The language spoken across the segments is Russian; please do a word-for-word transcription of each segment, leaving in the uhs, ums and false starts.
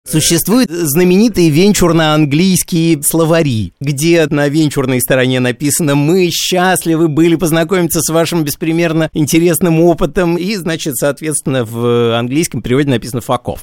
Существуют знаменитые венчурно-английские словари, где на венчурной стороне написано «Мы счастливы были познакомиться с вашим беспримерно интересным опытом», и, значит, соответственно, в английском переводе написано «fuck off».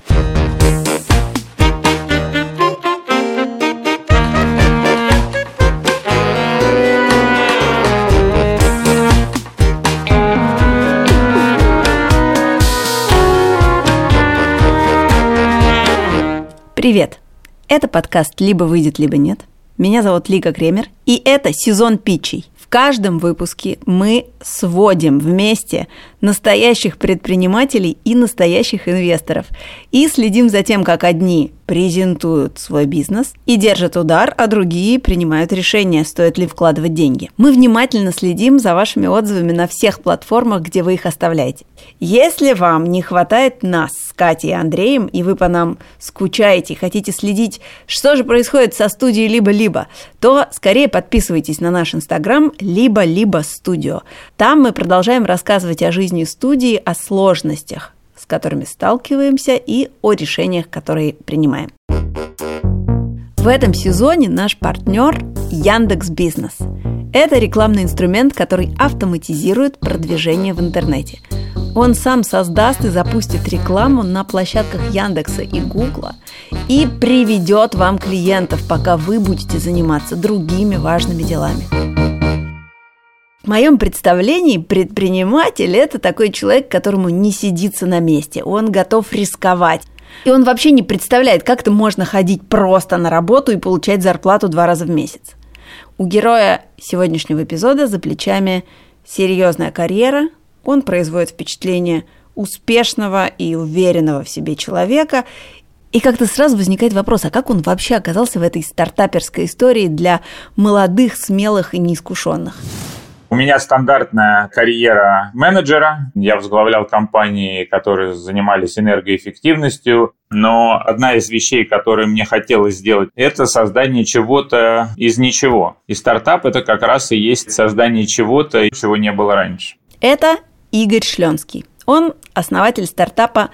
Привет! Это подкаст «Либо выйдет, либо нет». Меня зовут Лика Кремер, и это сезон питчей. В каждом выпуске мы сводим вместе настоящих предпринимателей и настоящих инвесторов и следим за тем, как одни презентуют свой бизнес и держат удар, а другие принимают решение, стоит ли вкладывать деньги. Мы внимательно следим за вашими отзывами на всех платформах, где вы их оставляете. Если вам не хватает нас с Катей и Андреем, и вы по нам скучаете, хотите следить, что же происходит со студией «Либо-либо», то скорее подписывайтесь на наш инстаграм «Либо-либо студио». Там мы продолжаем рассказывать о жизни студии, о сложностях, с которыми сталкиваемся, и о решениях, которые принимаем. В этом сезоне наш партнер Яндекс.Бизнес. Это рекламный инструмент, который автоматизирует продвижение в интернете. Он сам создаст и запустит рекламу на площадках Яндекса и Гугла и приведет вам клиентов, пока вы будете заниматься другими важными делами. В моем представлении предприниматель – это такой человек, которому не сидится на месте. Он готов рисковать. И он вообще не представляет, как-то можно ходить просто на работу и получать зарплату два раза в месяц. У героя сегодняшнего эпизода за плечами серьезная карьера. Он производит впечатление успешного и уверенного в себе человека. И как-то сразу возникает вопрос, а как он вообще оказался в этой стартаперской истории для молодых, смелых и неискушенных? У меня стандартная карьера менеджера. Я возглавлял компании, которые занимались энергоэффективностью. Но одна из вещей, которые мне хотелось сделать, это создание чего-то из ничего. И стартап – это как раз и есть создание чего-то, чего не было раньше. Это Игорь Шленский. Он основатель стартапа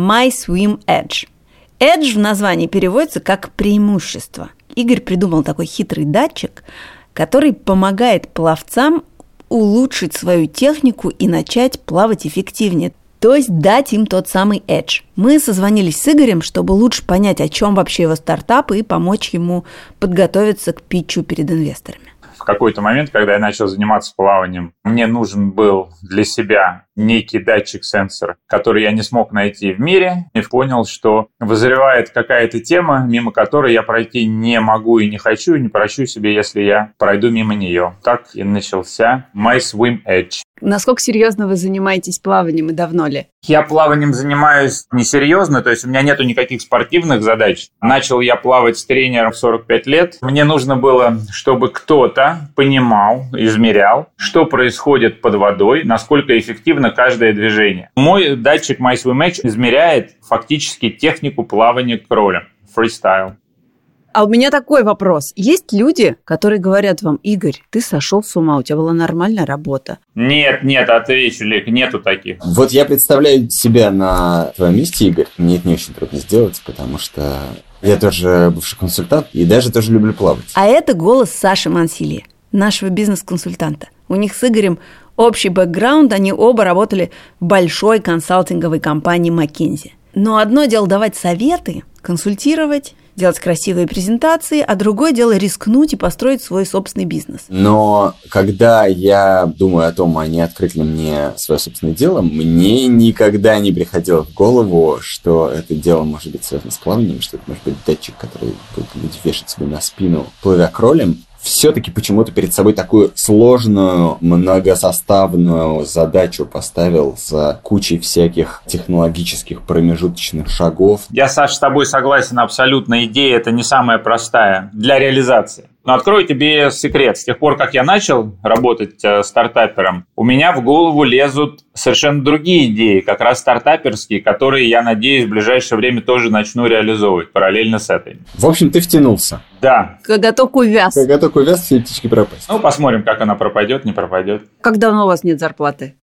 MySwimEdge. Edge в названии переводится как «преимущество». Игорь придумал такой хитрый датчик, который помогает пловцам улучшить свою технику и начать плавать эффективнее, то есть дать им тот самый edge. Мы созвонились с Игорем, чтобы лучше понять, о чем вообще его стартап, и помочь ему подготовиться к питчу перед инвесторами. В какой-то момент, когда я начал заниматься плаванием, мне нужен был для себя некий датчик-сенсор, который я не смог найти в мире, и понял, что вызревает какая-то тема, мимо которой я пройти не могу и не хочу, и не прощу себе, если я пройду мимо нее. Так и начался MySwimEdge. Насколько серьезно вы занимаетесь плаванием и давно ли? Я плаванием занимаюсь несерьезно, то есть у меня нету никаких спортивных задач. Начал я плавать с тренером в сорок пять лет. Мне нужно было, чтобы кто-то понимал, измерял, что происходит под водой, насколько эффективно каждое движение. Мой датчик MySwimEdge измеряет фактически технику плавания кролем, фристайл. А у меня такой вопрос. Есть люди, которые говорят вам: Игорь, ты сошел с ума, у тебя была нормальная работа? Нет, нет, отвечу, Лик, нету таких. Вот я представляю себя на твоем месте, Игорь. Мне это не очень трудно сделать, потому что я тоже бывший консультант и даже тоже люблю плавать. А это голос Саши Мансильи, нашего бизнес-консультанта. У них с Игорем общий бэкграунд, они оба работали в большой консалтинговой компании McKinsey. Но одно дело давать советы, консультировать, делать красивые презентации, а другое дело рискнуть и построить свой собственный бизнес. Но когда я думаю о том, а не открыть ли мне свое собственное дело, мне никогда не приходило в голову, что это дело может быть связано с плаванием, что это может быть датчик, который будут люди вешать себе на спину, плывя кролем. Все-таки почему-то перед собой такую сложную, многосоставную задачу поставил за кучей всяких технологических промежуточных шагов. Я, Саша, с тобой согласен абсолютно. Идея – это не самая простая для реализации. Но открою тебе секрет. С тех пор, как я начал работать э, стартапером, у меня в голову лезут совершенно другие идеи, как раз стартаперские, которые, я надеюсь, в ближайшее время тоже начну реализовывать параллельно с этой. В общем, ты втянулся. Да. Когда только увяз. Когда только увяз, все птички пропасть. Ну, посмотрим, как она пропадет, не пропадет. Как давно у вас нет зарплаты?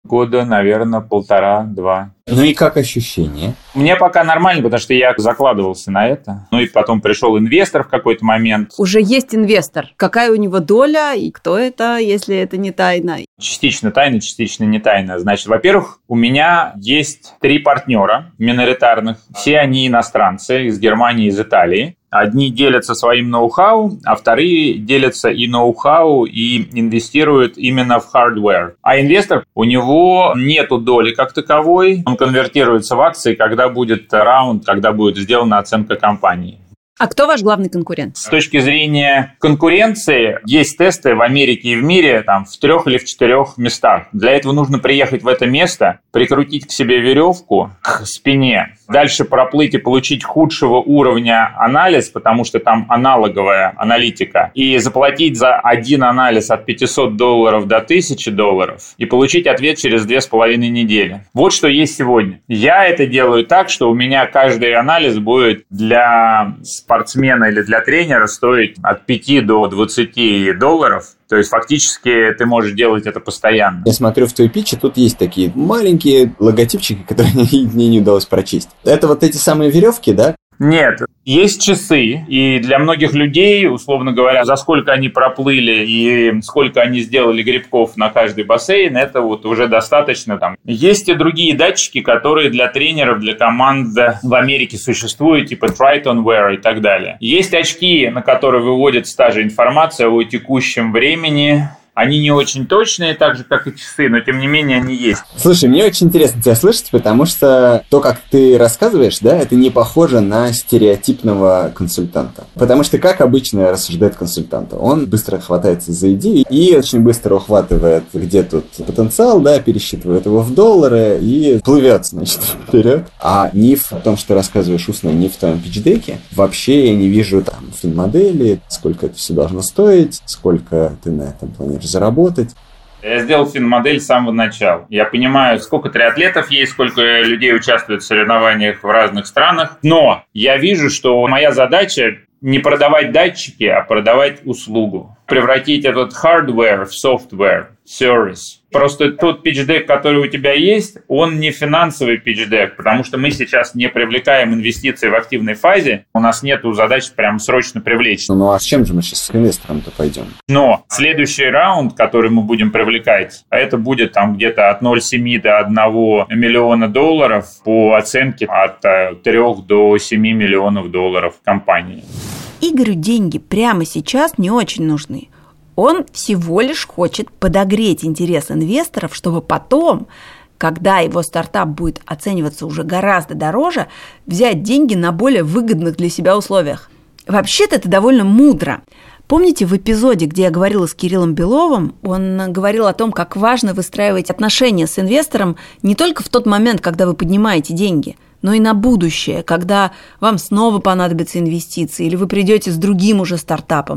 Года, наверное, полтора-два. Ну и как ощущение? Мне пока нормально, потому что я закладывался на это. Ну и потом пришел инвестор в какой-то момент. Уже есть инвестор. Какая у него доля и кто это, если это не тайна? Частично тайна, частично не тайна. Значит, во-первых, у меня есть три партнера миноритарных. Все они иностранцы из Германии, из Италии. Одни делятся своим ноу-хау, а вторые делятся и ноу-хау, и инвестируют именно в hardware. А инвестор, у него нету доли как таковой, он конвертируется в акции, когда будет раунд, когда будет сделана оценка компании. А кто ваш главный конкурент? С точки зрения конкуренции, есть тесты в Америке и в мире там, в трех или в четырех местах. Для этого нужно приехать в это место, прикрутить к себе веревку к спине, дальше проплыть и получить худшего уровня анализ, потому что там аналоговая аналитика, и заплатить за один анализ от пятисот долларов до тысячи долларов и получить ответ через две с половиной недели. Вот что есть сегодня. Я это делаю так, что у меня каждый анализ будет для спортсмена или для тренера стоить от пяти до двадцати долларов. То есть фактически ты можешь делать это постоянно. Я смотрю в твоей питче, тут есть такие маленькие логотипчики, которые мне не удалось прочесть. Это вот эти самые веревки, да? Нет, есть часы, и для многих людей, условно говоря, за сколько они проплыли и сколько они сделали грибков на каждый бассейн, это вот уже достаточно. Там. Есть и другие датчики, которые для тренеров, для команд в Америке существуют, типа Triton Wear и так далее. Есть очки, на которые выводится та же информация о текущем времени. Они не очень точные, так же, как и часы, но, тем не менее, они есть. Слушай, мне очень интересно тебя слышать, потому что то, как ты рассказываешь, да, это не похоже на стереотипного консультанта. Потому что, как обычно рассуждает консультант, он быстро хватается за идеи и очень быстро ухватывает, где тут потенциал, да, пересчитывает его в доллары и плывет, значит, вперед. А миф в том, что рассказываешь устно, не в твоем питч-деке. Вообще я не вижу там фин-модели, сколько это все должно стоить, сколько ты на этом планируешь заработать. Я сделал фин-модель с самого начала. Я понимаю, сколько триатлетов есть, сколько людей участвует в соревнованиях в разных странах. Но я вижу, что моя задача не продавать датчики, а продавать услугу. Превратить этот hardware в software, service. Просто тот питч-дек, который у тебя есть, он не финансовый питч-дек, потому что мы сейчас не привлекаем инвестиции в активной фазе. У нас нету задачи прям срочно привлечь. Ну а с чем же мы сейчас к инвесторам-то пойдем? Но следующий раунд, который мы будем привлекать, это будет там где-то от ноль целых семи десятых до одного миллиона долларов по оценке от трёх до семи миллионов долларов компании. Игорю деньги прямо сейчас не очень нужны. Он всего лишь хочет подогреть интерес инвесторов, чтобы потом, когда его стартап будет оцениваться уже гораздо дороже, взять деньги на более выгодных для себя условиях. Вообще-то это довольно мудро. Помните в эпизоде, где я говорила с Кириллом Беловым, он говорил о том, как важно выстраивать отношения с инвестором не только в тот момент, когда вы поднимаете деньги, но и на будущее, когда вам снова понадобятся инвестиции или вы придете с другим уже стартапом.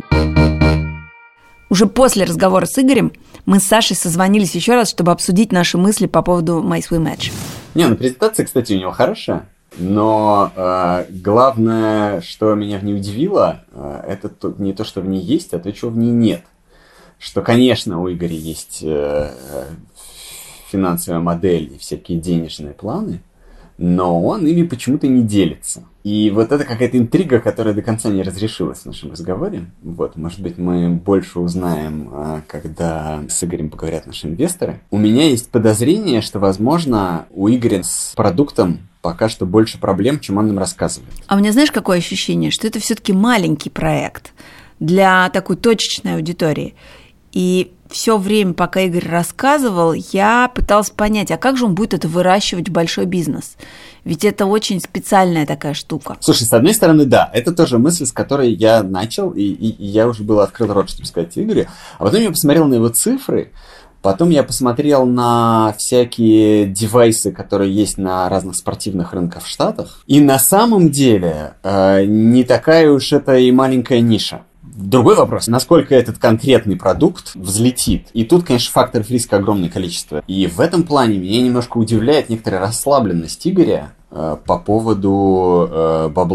Уже после разговора с Игорем мы с Сашей созвонились еще раз, чтобы обсудить наши мысли по поводу MySwimMatch. Не, ну презентация, кстати, у него хорошая, но э, главное, что меня в ней удивило, э, это то, не то, что в ней есть, а то, чего в ней нет. Что, конечно, у Игоря есть э, финансовая модель и всякие денежные планы, но он ими почему-то не делится. И вот это какая-то интрига, которая до конца не разрешилась в нашем разговоре. Вот, может быть, мы больше узнаем, когда с Игорем поговорят наши инвесторы. У меня есть подозрение, что, возможно, у Игоря с продуктом пока что больше проблем, чем он нам рассказывает. А у меня, знаешь, какое ощущение? Что это все-таки маленький проект для такой точечной аудитории. И все время, пока Игорь рассказывал, я пыталась понять, а как же он будет это выращивать в большой бизнес? Ведь это очень специальная такая штука. Слушай, с одной стороны, да, это тоже мысль, с которой я начал, и, и, и я уже был открыл рот, чтобы сказать Игорю. А потом я посмотрел на его цифры, потом я посмотрел на всякие девайсы, которые есть на разных спортивных рынках в Штатах. И на самом деле э, не такая уж это и маленькая ниша. Другой вопрос, насколько этот конкретный продукт взлетит. И тут, конечно, факторов риска огромное количество. И в этом плане меня немножко удивляет некоторая расслабленность Игоря э, по поводу э, бабла.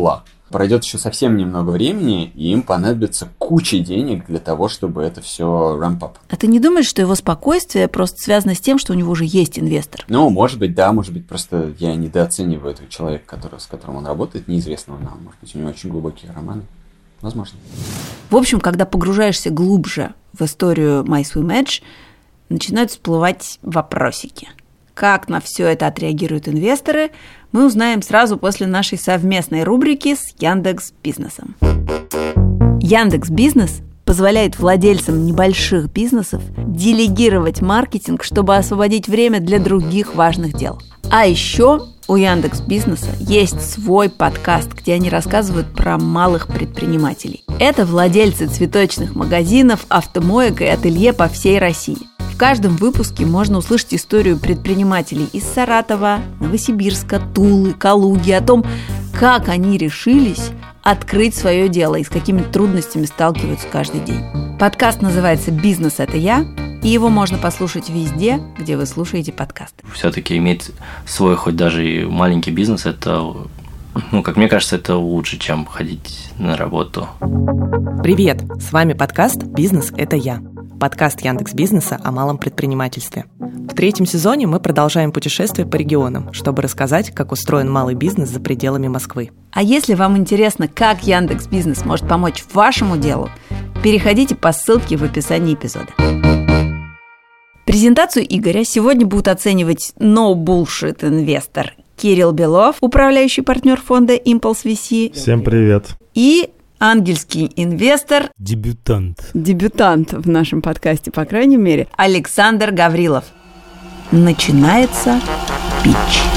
Пройдет еще совсем немного времени, и им понадобится куча денег для того, чтобы это все ramp up. А ты не думаешь, что его спокойствие просто связано с тем, что у него уже есть инвестор? Ну, может быть, да, может быть, просто я недооцениваю этого человека, который, с которым он работает, неизвестного нам. Может быть, у него очень глубокие романы. Возможно. В общем, когда погружаешься глубже в историю MySwimEdge, начинают всплывать вопросики. Как на все это отреагируют инвесторы, мы узнаем сразу после нашей совместной рубрики с Яндекс.Бизнесом. Яндекс.Бизнес позволяет владельцам небольших бизнесов делегировать маркетинг, чтобы освободить время для других важных дел. А еще у Яндекс.Бизнеса есть свой подкаст, где они рассказывают про малых предпринимателей. Это владельцы цветочных магазинов, автомоек и ателье по всей России. В каждом выпуске можно услышать историю предпринимателей из Саратова, Новосибирска, Тулы, Калуги, о том, как они решились открыть свое дело и с какими трудностями сталкиваются каждый день. Подкаст называется «Бизнес – это я», и его можно послушать везде, где вы слушаете подкасты. Все-таки иметь свой, хоть даже и маленький бизнес, это, ну, как мне кажется, это лучше, чем ходить на работу. Привет! С вами подкаст «Бизнес – это я». Подкаст Яндекс.Бизнеса о малом предпринимательстве. В третьем сезоне мы продолжаем путешествие по регионам, чтобы рассказать, как устроен малый бизнес за пределами Москвы. А если вам интересно, как Яндекс.Бизнес может помочь вашему делу, переходите по ссылке в описании эпизода. Презентацию Игоря сегодня будут оценивать No Bullshit инвестор Кирилл Белов, управляющий партнер фонда Impulse ви си. Всем привет. И ангельский инвестор, Дебютант. дебютант в нашем подкасте, по крайней мере, Александр Гаврилов. Начинается питч.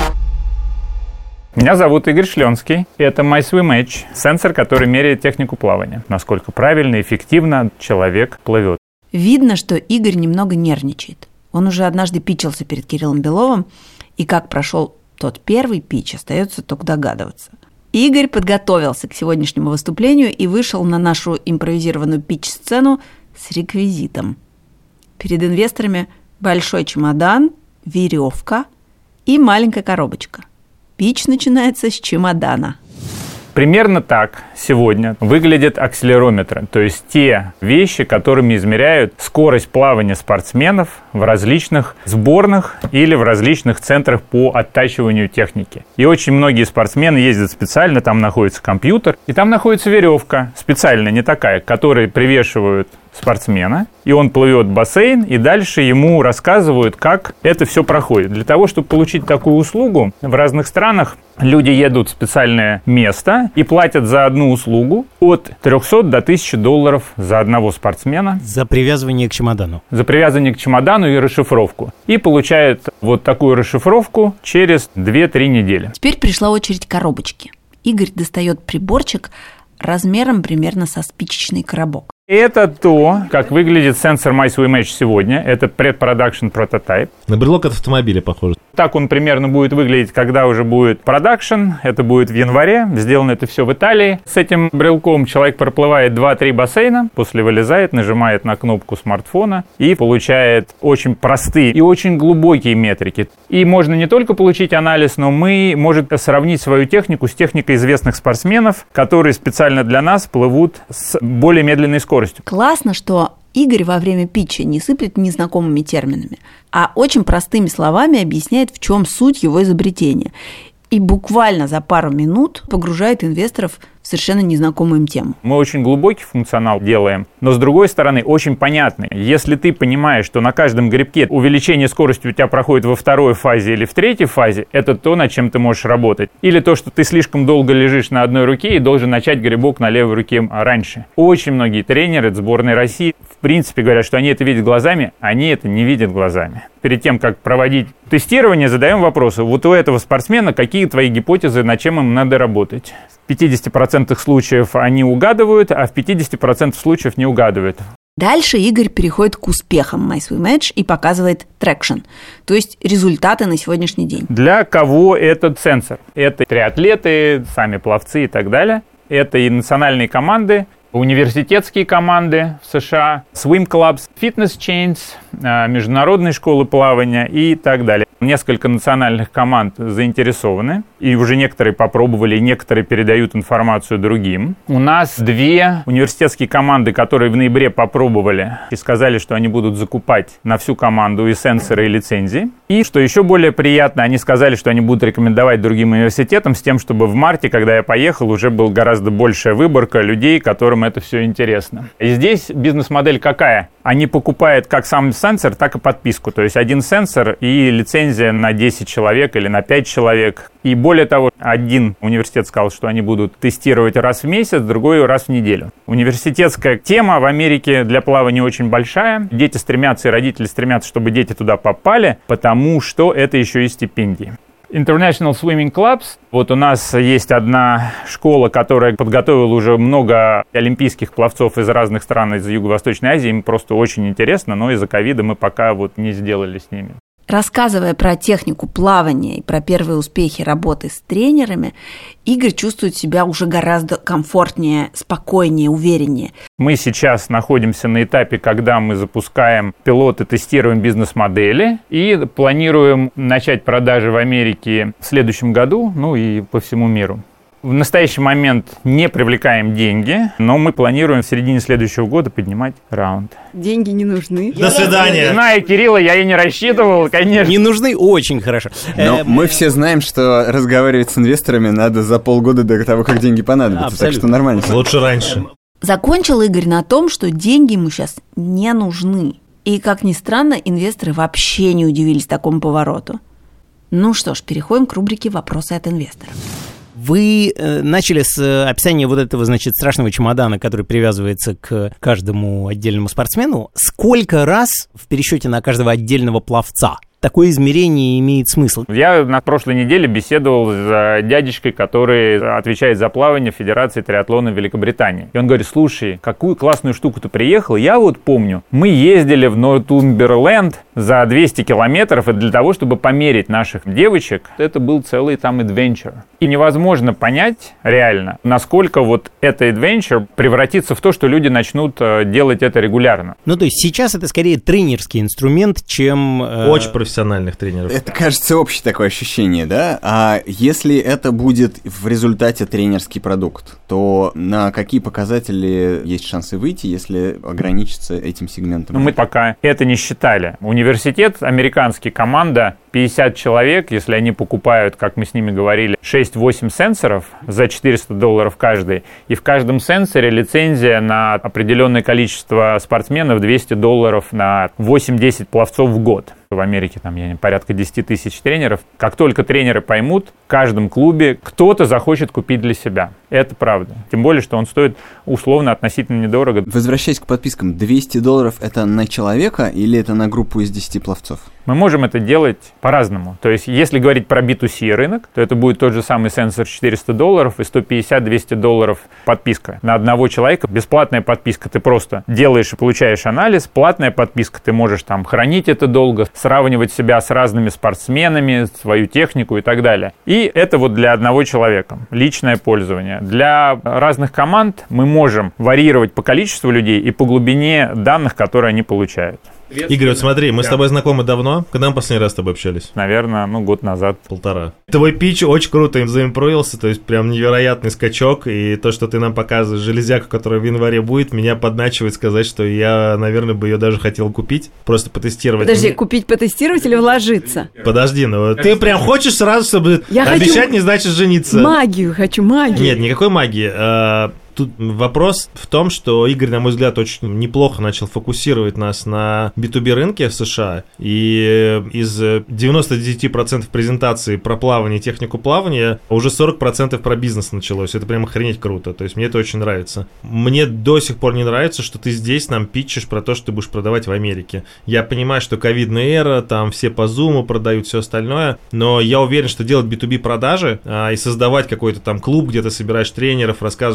Меня зовут Игорь Шленский. Это MySwimEdge, сенсор, который меряет технику плавания. Насколько правильно и эффективно человек плывет. Видно, что Игорь немного нервничает. Он уже однажды питчился перед Кириллом Беловым, и как прошел тот первый питч, остается только догадываться. Игорь подготовился к сегодняшнему выступлению и вышел на нашу импровизированную питч-сцену с реквизитом. Перед инвесторами большой чемодан, веревка и маленькая коробочка. Питч начинается с чемодана. Примерно так сегодня выглядят акселерометры, то есть те вещи, которыми измеряют скорость плавания спортсменов в различных сборных или в различных центрах по оттачиванию техники. И очень многие спортсмены ездят специально, там находится компьютер, и там находится веревка, специальная, не такая, которой привешивают спортсмена, и он плывет в бассейн, и дальше ему рассказывают, как это все проходит. Для того, чтобы получить такую услугу, в разных странах люди едут в специальное место и платят за одну услугу от трехсот до тысячи долларов за одного спортсмена. За привязывание к чемодану. За привязывание к чемодану и расшифровку. И получают вот такую расшифровку через две-три недели. Теперь пришла очередь коробочки. Игорь достает приборчик размером примерно со спичечный коробок. Это то, как выглядит сенсор MySwimEdge сегодня. Это предпродакшн прототип. На брелок от автомобиля похоже. Так он примерно будет выглядеть, когда уже будет продакшн. Это будет в январе. Сделано это все в Италии. С этим брелком человек проплывает два-три бассейна, после вылезает, нажимает на кнопку смартфона и получает очень простые и очень глубокие метрики. И можно не только получить анализ, но мы можем сравнить свою технику с техникой известных спортсменов, которые специально для нас плывут с более медленной скоростью. Классно, что Игорь во время питча не сыплет незнакомыми терминами, а очень простыми словами объясняет, в чем суть его изобретения. И буквально за пару минут погружает инвесторов в совершенно незнакомую им тему. Мы очень глубокий функционал делаем, но с другой стороны очень понятный. Если ты понимаешь, что на каждом гребке увеличение скорости у тебя проходит во второй фазе или в третьей фазе, это то, над чем ты можешь работать. Или то, что ты слишком долго лежишь на одной руке и должен начать гребок на левой руке раньше. Очень многие тренеры сборной России в принципе говорят, что они это видят глазами, они это не видят глазами. Перед тем, как проводить тестирование, задаем вопросы. Вот у этого спортсмена какие твои гипотезы, над чем им надо работать? В пятидесяти процентах случаев они угадывают, а в пятидесяти процентах случаев не угадывают. Дальше Игорь переходит к успехам MySwimEdge и показывает трекшн, то есть результаты на сегодняшний день. Для кого этот сенсор? Это триатлеты, сами пловцы и так далее. Это и национальные команды, университетские команды в США, swim clubs, fitness chains, международные школы плавания и так далее. Несколько национальных команд заинтересованы, и уже некоторые попробовали, и некоторые передают информацию другим. У нас две университетские команды, которые в ноябре попробовали и сказали, что они будут закупать на всю команду и сенсоры, и лицензии. И, что еще более приятно, они сказали, что они будут рекомендовать другим университетам с тем, чтобы в марте, когда я поехал, уже была гораздо большая выборка людей, которым это все интересно. И здесь бизнес-модель какая? Они покупают как сам сенсор, так и подписку. То есть один сенсор и лицензия на десять человек или на пять человек. И более того, один университет сказал, что они будут тестировать раз в месяц, другой раз в неделю. Университетская тема в Америке для плавания очень большая. Дети стремятся, и родители стремятся, чтобы дети туда попали, потому что это еще и стипендии. International Swimming Clubs. Вот у нас есть одна школа, которая подготовила уже много олимпийских пловцов из разных стран из Юго-Восточной Азии. Им просто очень интересно, но из-за ковида мы пока вот не сделали с ними. Рассказывая про технику плавания и про первые успехи работы с тренерами, Игорь чувствует себя уже гораздо комфортнее, спокойнее, увереннее. Мы сейчас находимся на этапе, когда мы запускаем пилоты, тестируем бизнес-модели и планируем начать продажи в Америке в следующем году, ну и по всему миру. В настоящий момент не привлекаем деньги, но мы планируем в середине следующего года поднимать раунд. Деньги не нужны. До свидания. Зная Кирилла, я и не рассчитывал, конечно. Не нужны, очень хорошо. Но мы все знаем, что разговаривать с инвесторами надо за полгода до того, как деньги понадобятся. Абсолютно. Так что нормально. Лучше раньше. Закончил Игорь на том, что деньги ему сейчас не нужны. И, как ни странно, инвесторы вообще не удивились такому повороту. Ну что ж, переходим к рубрике «Вопросы от инвесторов». Вы э, начали с описания вот этого, значит, страшного чемодана, который привязывается к каждому отдельному спортсмену. Сколько раз в пересчете на каждого отдельного пловца такое измерение имеет смысл? Я на прошлой неделе беседовал с дядечкой, который отвечает за плавание в Федерации триатлона в Великобритании. И он говорит: слушай, какую классную штуку ты приехал. Я вот помню, мы ездили в Нортумберленд за двести километров, и для того, чтобы померить наших девочек, это был целый там adventure. И невозможно понять реально, насколько вот это adventure превратится в то, что люди начнут делать это регулярно. Ну, то есть сейчас это скорее тренерский инструмент, чем... Э... Очень профессиональных тренеров. Это, кажется, общее такое ощущение, да? А если это будет в результате тренерский продукт, то на какие показатели есть шансы выйти, если ограничиться этим сегментом? Ну, мы пока это не считали. Университет, американский, команда, пятьдесят человек, если они покупают, как мы с ними говорили, шесть-восемь сенсоров за четыреста долларов каждый, и в каждом сенсоре лицензия на определенное количество спортсменов, двести долларов на восемь-десять пловцов в год. В Америке там я не, порядка десять тысяч тренеров. Как только тренеры поймут, в каждом клубе кто-то захочет купить для себя. Это правда. Тем более, что он стоит условно относительно недорого. Возвращаясь к подпискам, двести долларов это на человека или это на группу из десяти пловцов? Мы можем это делать по-разному. То есть, если говорить про би ту си рынок, то это будет тот же самый сенсор четыреста долларов и сто пятьдесят-двести долларов подписка на одного человека. Бесплатная подписка, ты просто делаешь и получаешь анализ. Платная подписка, ты можешь там хранить это долго, сравнивать себя с разными спортсменами, свою технику и так далее. И это вот для одного человека. Личное пользование. Для разных команд мы можем варьировать по количеству людей и по глубине данных, которые они получают. Игорь, вот смотри, мы с тобой знакомы давно. Когда мы последний раз с тобой общались? Наверное, ну, год назад. Полтора. Твой питч очень круто им заимпровился, то есть прям невероятный скачок. И то, что ты нам показываешь, железяку, которая в январе будет, меня подначивает сказать, что я, наверное, бы ее даже хотел купить, просто потестировать. Подожди, купить, потестировать или вложиться? Подожди, ну ты прям хочешь сразу, чтобы я обещать хочу... не значит жениться? Магию хочу, магию. Нет, никакой магии. Тут вопрос в том, что Игорь, на мой взгляд, очень неплохо начал фокусировать нас на би ту би рынке в США. И из девяноста девяти процентов презентации про плавание и технику плавания уже сорок процентов про бизнес началось. Это прям охренеть круто. То есть мне это очень нравится. Мне до сих пор не нравится, что ты здесь нам питчишь про то, что ты будешь продавать в Америке. Я понимаю, что ковидная эра, там все по зуму продают, все остальное. Но я уверен, что делать би ту би продажи а, и создавать какой-то там клуб, где ты собираешь тренеров, рассказываешь им про продукт,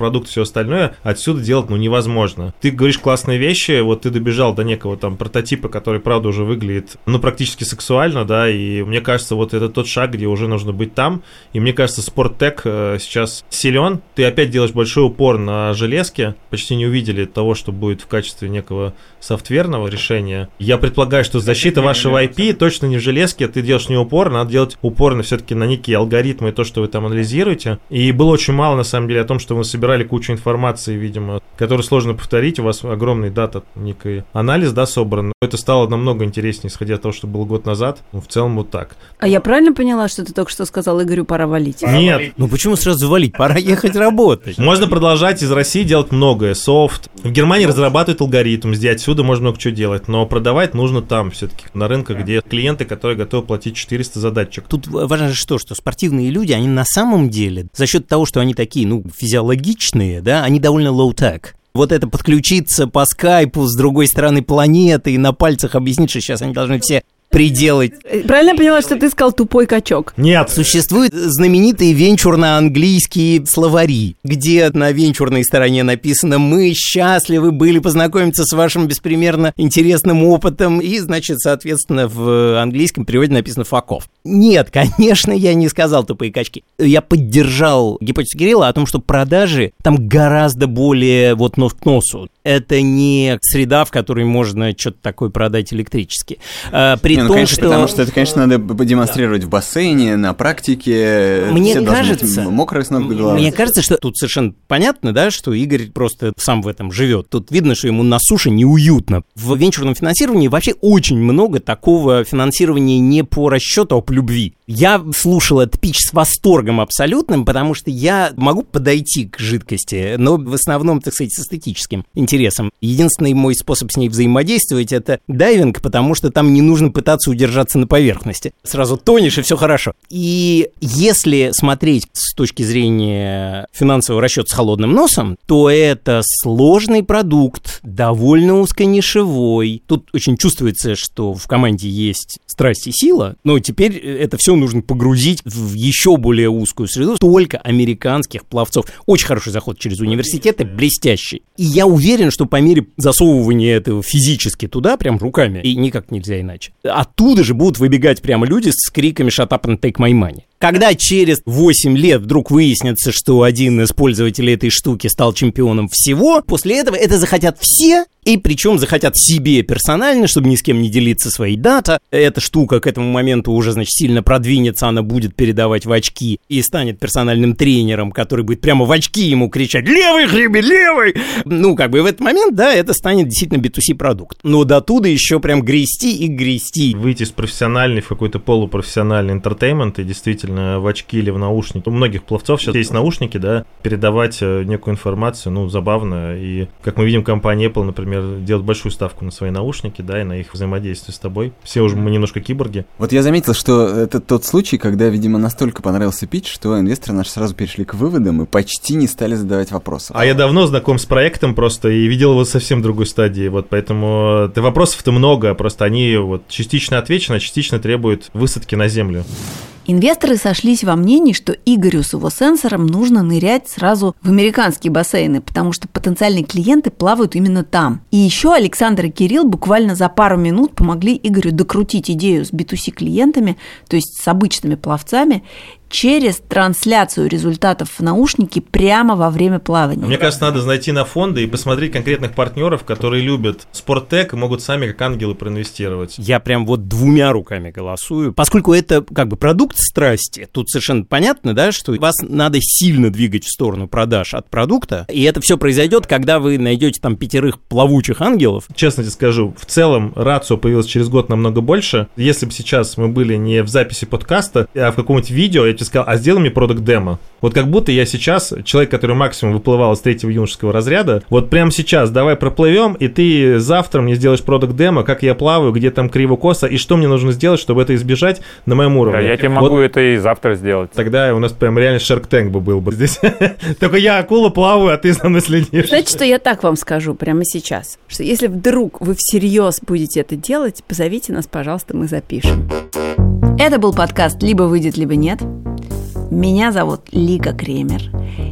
продукт, все остальное, отсюда делать, ну, невозможно. Ты говоришь классные вещи, вот ты добежал до некого там прототипа, который, правда, уже выглядит, ну, практически сексуально, да, и мне кажется, вот это тот шаг, где уже нужно быть там, и мне кажется, спорттек сейчас силен, ты опять делаешь большой упор на железки, почти не увидели того, что будет в качестве некого софтверного решения. Я предполагаю, что защита вашего ай пи точно не в железке, ты делаешь не упор, надо делать упор на все-таки на некие алгоритмы и то, что вы там анализируете. И было очень мало, на самом деле, о том, что вы собирали кучу информации, видимо, которую сложно повторить, у вас огромный дата, некий анализ, да, собран. Это стало намного интереснее, исходя от того, что было год назад. Ну, в целом вот так. А я правильно поняла, что ты только что сказал Игорю, пора валить? Нет. Ну почему сразу валить? Пора ехать работать. Можно продолжать из России делать многое. Софт. В Германии разрабатывают алгоритм, здесь отсюда можно много чего делать, но продавать нужно там все-таки, на рынках, где клиенты, которые готовы платить четыреста за датчик. Тут важно что, что спортивные люди, они на самом деле, за счет того, что они такие, ну, физиологичные, да, они довольно low-tech. Вот это подключиться по скайпу с другой стороны планеты и на пальцах объяснить, что сейчас они должны все приделать. Правильно я поняла, что ты сказал тупой качок? Нет. Существуют знаменитые венчурно-английские словари, где на венчурной стороне написано «Мы счастливы были познакомиться с вашим беспримерно интересным опытом», и, значит, соответственно, в английском переводе написано «fuck off». Нет, конечно, я не сказал тупые качки. Я поддержал гипотезу Кирилла о том, что продажи там гораздо более вот нос к носу. Это не среда, в которой можно что-то такое продать электрически. При Не, ну, том, конечно, что... потому что это, конечно, надо продемонстрировать в бассейне, на практике. Мне все кажется, быть мокрые с ног до головы. Мне кажется, что тут совершенно понятно, да, что Игорь просто сам в этом живет. Тут видно, что ему на суше неуютно. В венчурном финансировании вообще очень много такого финансирования не по расчету, а по любви. Я слушал этот пич с восторгом абсолютным, потому что я могу подойти к жидкости, но в основном, так сказать, с эстетическим интересом. Единственный мой способ с ней взаимодействовать — это дайвинг, потому что там не нужно пытаться удержаться на поверхности. Сразу тонешь, и все хорошо. И если смотреть с точки зрения финансового расчета с холодным носом, то это сложный продукт, довольно узконишевой. Тут очень чувствуется, что в команде есть страсть и сила, но теперь это все нужно погрузить в еще более узкую среду. Только американских пловцов. Очень хороший заход через университеты, блестящий. И я уверен, что по мере засовывания этого физически туда, прям руками, и никак нельзя иначе, оттуда же будут выбегать прямо люди с криками «Shut up and take my money». Когда через восемь лет вдруг выяснится, что один из пользователей этой штуки стал чемпионом всего, после этого это захотят все, и причем захотят себе персонально, чтобы ни с кем не делиться своей дата. Эта штука к этому моменту уже, значит, сильно продвинется, она будет передавать в очки и станет персональным тренером, который будет прямо в очки ему кричать «Левый, Хриби, левый!» Ну, как бы в этот момент, да, это станет действительно би ту си продукт. Но до туда еще прям грести и грести. Выйти из профессиональный в какой-то полупрофессиональный интертеймент и действительно в очки или в наушники. У многих пловцов сейчас есть наушники, да, передавать некую информацию, ну, забавно. И, как мы видим, компания Apple, например, делает большую ставку на свои наушники, да, и на их взаимодействие с тобой. Все уже мы немножко киборги. Вот я заметил, что это тот случай, когда, видимо, настолько понравился питч, что инвесторы наши сразу перешли к выводам и почти не стали задавать вопросы. А я давно знаком с проектом просто и видел его совсем в другой стадии, вот, поэтому вопросов-то много, просто они вот частично отвечены, а частично требуют высадки на землю. Инвесторы сошлись во мнении, что Игорю с его сенсором нужно нырять сразу в американские бассейны, потому что потенциальные клиенты плавают именно там. И еще Александр и Кирилл буквально за пару минут помогли Игорю докрутить идею с би ту си клиентами, то есть с обычными пловцами, через трансляцию результатов в наушники прямо во время плавания. Мне кажется, надо зайти на фонды и посмотреть конкретных партнеров, которые любят спорттек и могут сами как ангелы проинвестировать. Я прям вот двумя руками голосую. Поскольку это как бы продукт страсти, тут совершенно понятно, да, что вас надо сильно двигать в сторону продаж от продукта, и это все произойдет, когда вы найдете там пятерых плавучих ангелов. Честно тебе скажу, в целом рацио появилось через год намного больше. Если бы сейчас мы были не в записи подкаста, а в каком-нибудь видео, я тебе сказал, а сделай мне продакт-демо. Вот как будто я сейчас, человек, который максимум выплывал из третьего юношеского разряда, вот прямо сейчас давай проплывем, и ты завтра мне сделаешь продакт-демо, как я плаваю, где там криво-косо, и что мне нужно сделать, чтобы это избежать на моем уровне. Да, я тебе вот могу это и завтра сделать. Тогда у нас прям реально Shark Tank бы был бы здесь. Только я акула плаваю, а ты за мной следишь. Знаете, что я так вам скажу прямо сейчас? Что если вдруг вы всерьез будете это делать, позовите нас, пожалуйста, мы запишем. Это был подкаст «Либо выйдет, либо нет». Меня зовут Лика Кремер.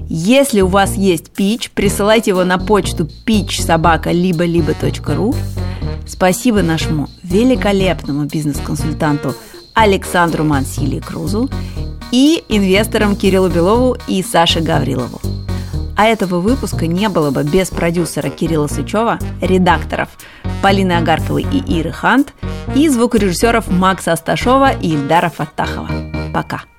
Если у вас есть питч, присылайте его на почту питч собака либо либо точка ру. Спасибо нашему великолепному бизнес-консультанту Александру Мансили Крузу и инвесторам Кириллу Белову и Саше Гаврилову. А этого выпуска не было бы без продюсера Кирилла Сычева, редакторов Полины Агарковой и Иры Хант и звукорежиссеров Макса Асташова и Ильдара Фаттахова. Пока!